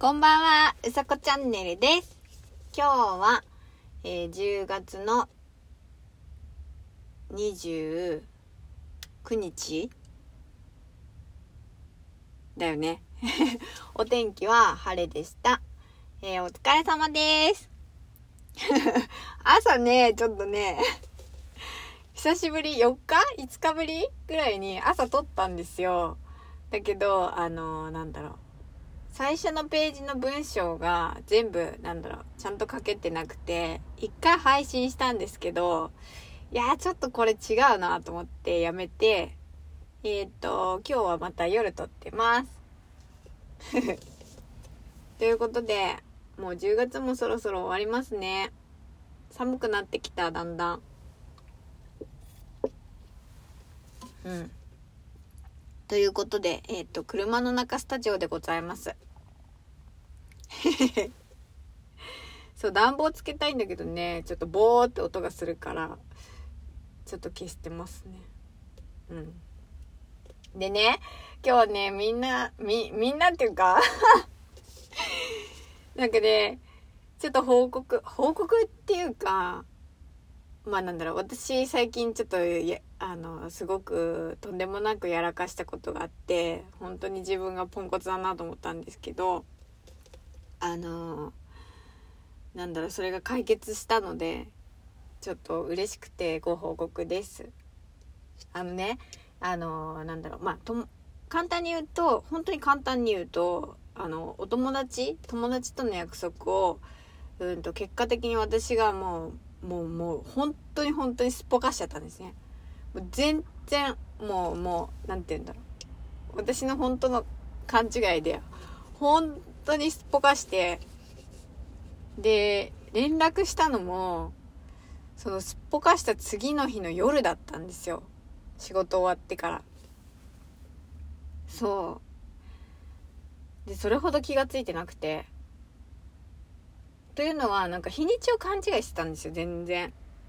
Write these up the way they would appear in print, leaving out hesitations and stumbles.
こんばんは、うさこチャンネルです。今日は、10月の29日だよね。お天気は晴れでした。お疲れ様です。朝ね、ちょっとね、久しぶり、4日 ?5 日ぶりぐらいに朝撮ったんですよ。だけど、最初のページの文章が全部ちゃんと書けてなくて、一回配信したんですけど、いやちょっとこれ違うなと思ってやめて、今日はまた夜撮ってますということで、もう10月もそろそろ終わりますね。寒くなってきた、だんだん。ということで、車の中スタジオでございますそう、暖房つけたいんだけどね、ちょっとボーって音がするからちょっと消してますね。でね、今日はね、みんなっていうかなんかね、ちょっと報告っていうか、私最近ちょっとすごくとんでもなくやらかしたことがあって、本当に自分がポンコツだなと思ったんですけど、それが解決したので、ちょっと嬉しくてご報告です。簡単に言うと、本当に簡単に言うと、友達との約束を、結果的に私がもう本当にすっぽかしちゃったんですね。もう全然なんて言うんだろう、私の本当の勘違いで本当にすっぽかして、で連絡したのもそのすっぽかした次の日の夜だったんですよ。仕事終わってから。そうで、それほど気がついてなくて、というのは日にちを勘違いしてたんですよ。全然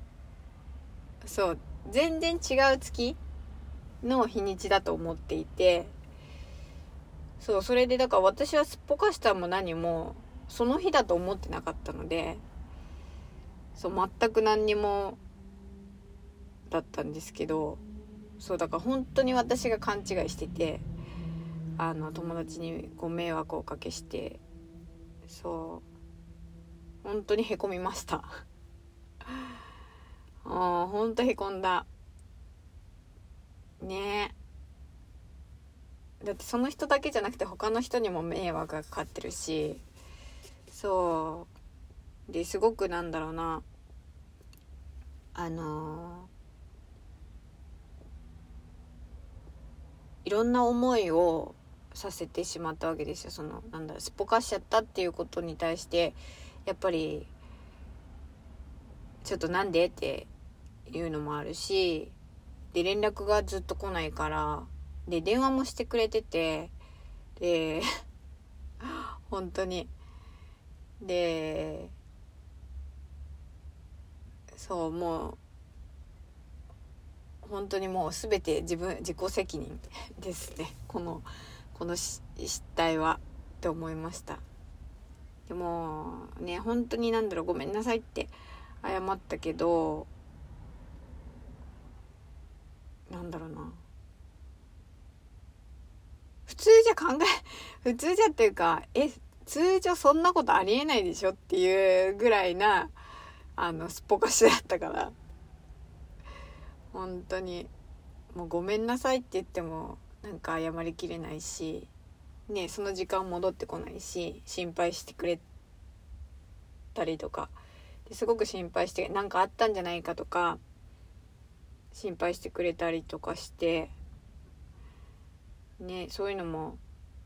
違う月の日にちだと思っていて、それでだから私はすっぽかしたも何もその日だと思ってなかったので、全く何にもだったんですけど、だから本当に私が勘違いしてて、友達にご迷惑をおかけして、本当にへこみました本当へこんだね。だってその人だけじゃなくて他の人にも迷惑がかかってるし、ですごくいろんな思いをさせてしまったわけですよ。すっぽかしちゃったっていうことに対してやっぱりちょっとなんでっていうのもあるし、で連絡がずっと来ないから、で電話もしてくれてて、で本当にでもう本当にもう全て自己責任ですね、この失態はって思いました。でもね、本当にごめんなさいって謝ったけど、普通じゃっていうか、通常そんなことありえないでしょっていうぐらいなすっぽかしだったから、本当にもうごめんなさいって言っても謝りきれないしね、その時間戻ってこないし、心配してくれたりとかですごく心配して、あったんじゃないかとか心配してくれたりとかしてね、そういうのも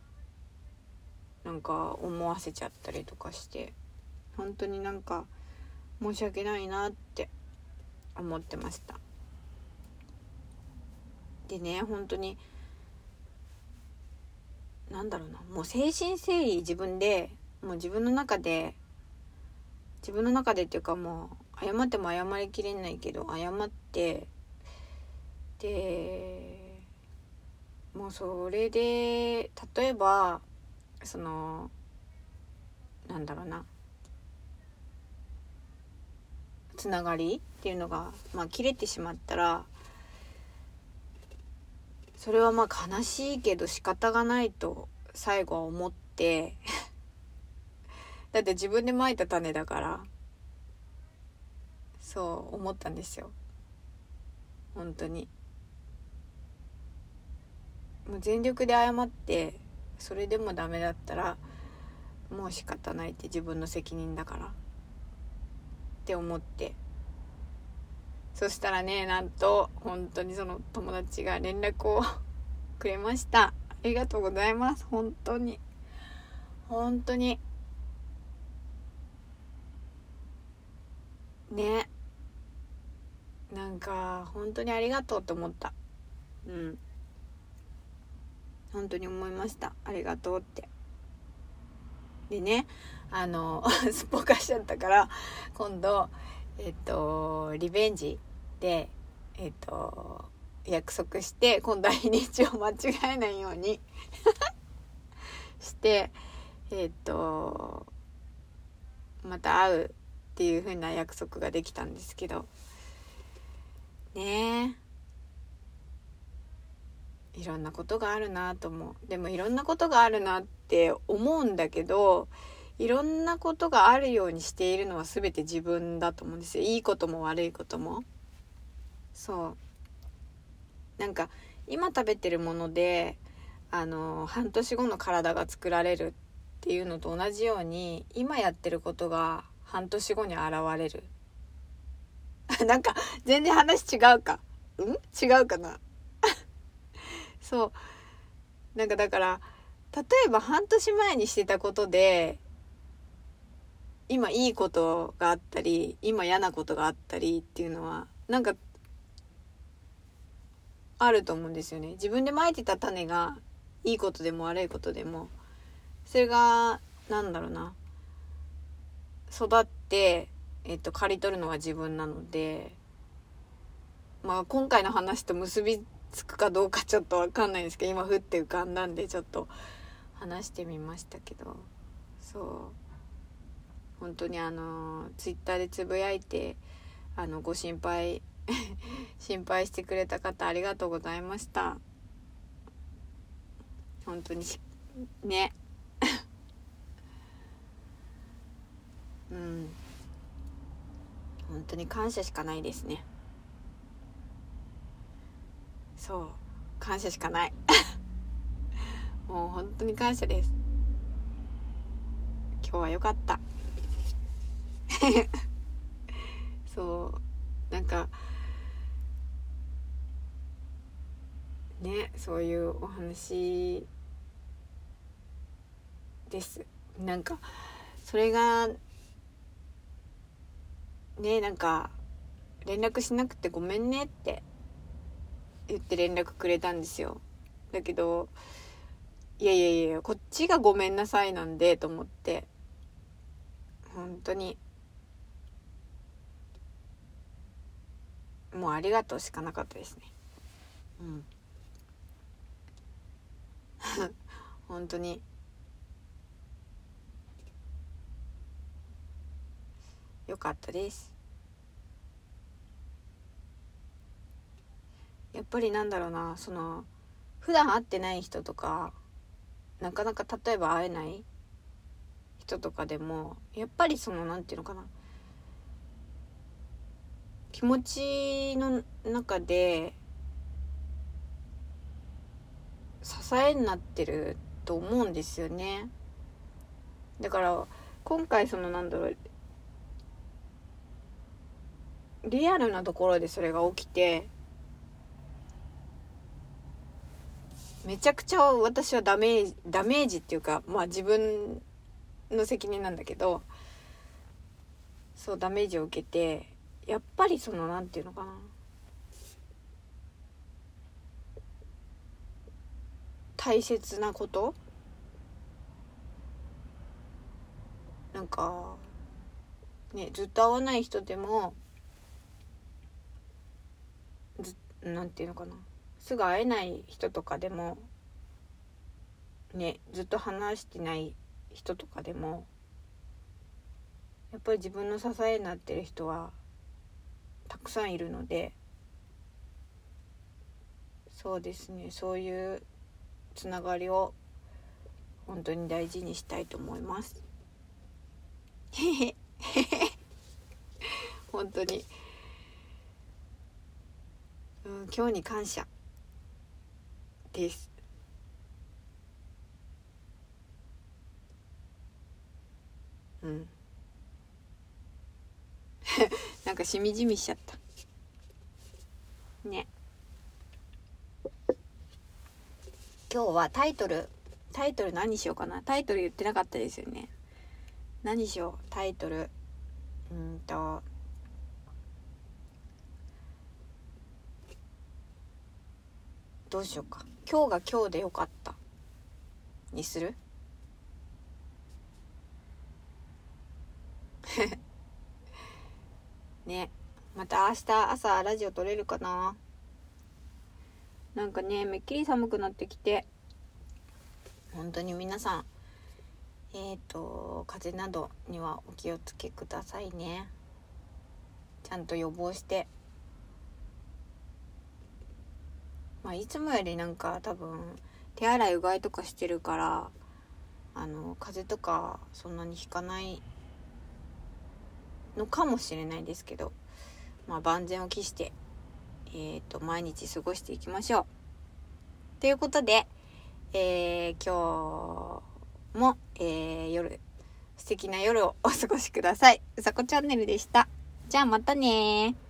思わせちゃったりとかして、本当に申し訳ないなって思ってました。でね、本当にもう誠心誠意自分の中でっていうか、もう謝っても謝りきれないけど謝って、でもうそれで例えばなんだろうな、つながりっていうのが、切れてしまったら、それは悲しいけど仕方がないと最後は思ってだって自分で蒔いた種だから、そう思ったんですよ。本当にもう全力で謝って、それでもダメだったらもう仕方ないって、自分の責任だからって思って、そしたらね、なんと本当にその友達が連絡をくれました。ありがとうございます。本当にね、なんか本当にありがとうと思った。本当に思いました。ありがとうって。でね、すっぽかしちゃったから今度リベンジで約束して、今度は日にちを間違えないようにしてまた会うっていう風な約束ができたんですけどね。いろんなことがあるなと思う。でもいろんなことがあるなって思うんだけど、いろんなことがあるようにしているのは全て自分だと思うんですよ。いいことも悪いことも。そうなんか今食べてるもので半年後の体が作られるっていうのと同じように、今やってることが半年後に現れるなんか全然話違うか違うかなそうなんかだから例えば半年前にしてたことで今いいことがあったり、今嫌なことがあったりっていうのはなんかあると思うんですよね。自分で蒔いてた種がいいことでも悪いことでも、それがなんだろうな、育って刈り取るのは自分なので、今回の話と結びつくかどうかちょっと分かんないんですけど、今ふって浮かんだんでちょっと話してみましたけど、そう本当にツイッターでつぶやいてご心配心配してくれた方ありがとうございました。本当にね本当に感謝しかないですね。そう感謝しかないもう本当に感謝です。今日は良かったそうなんかね、そういうお話です。なんかそれがね、なんか連絡しなくてごめんねって言って連絡くれたんですよ。だけどいやこっちがごめんなさいなんでと思って、本当にもうありがとうしかなかったですね。本当によかったです。やっぱりなんだろうな、その普段会ってない人とか、なかなか例えば会えない人とかでも、やっぱりそのなんていうのかな、気持ちの中で支えになってると思うんですよね。だから今回そのなんだろう、リアルなところでそれが起きて、めちゃくちゃ私はダメージっていうか、自分の責任なんだけど、そうダメージを受けて、やっぱりそのなんていうのかな、大切なこと、なんかね、ずっと会わない人でもなんていうのかな、すぐ会えない人とかでもね、ずっと話してない人とかでもやっぱり自分の支えになってる人はたくさんいるので、そうですね、そういうつながりを本当に大事にしたいと思います。本当に、今日に感謝です。なんかしみじみしちゃったね。今日はタイトル何しようかな。タイトル言ってなかったですよね。何しよう。タイトルどうしようか。今日が今日でよかったにする？ね、また明日朝ラジオ撮れるかな。なんかね、めっきり寒くなってきて、本当に皆さん風邪などにはお気をつけくださいね。ちゃんと予防して、いつもよりなんか多分手洗いうがいとかしてるから、風邪とかそんなにひかないのかもしれないですけど、万全を期して毎日過ごしていきましょう。ということで、今日も、素敵な夜をお過ごしください。うさこチャンネルでした。じゃあまたね。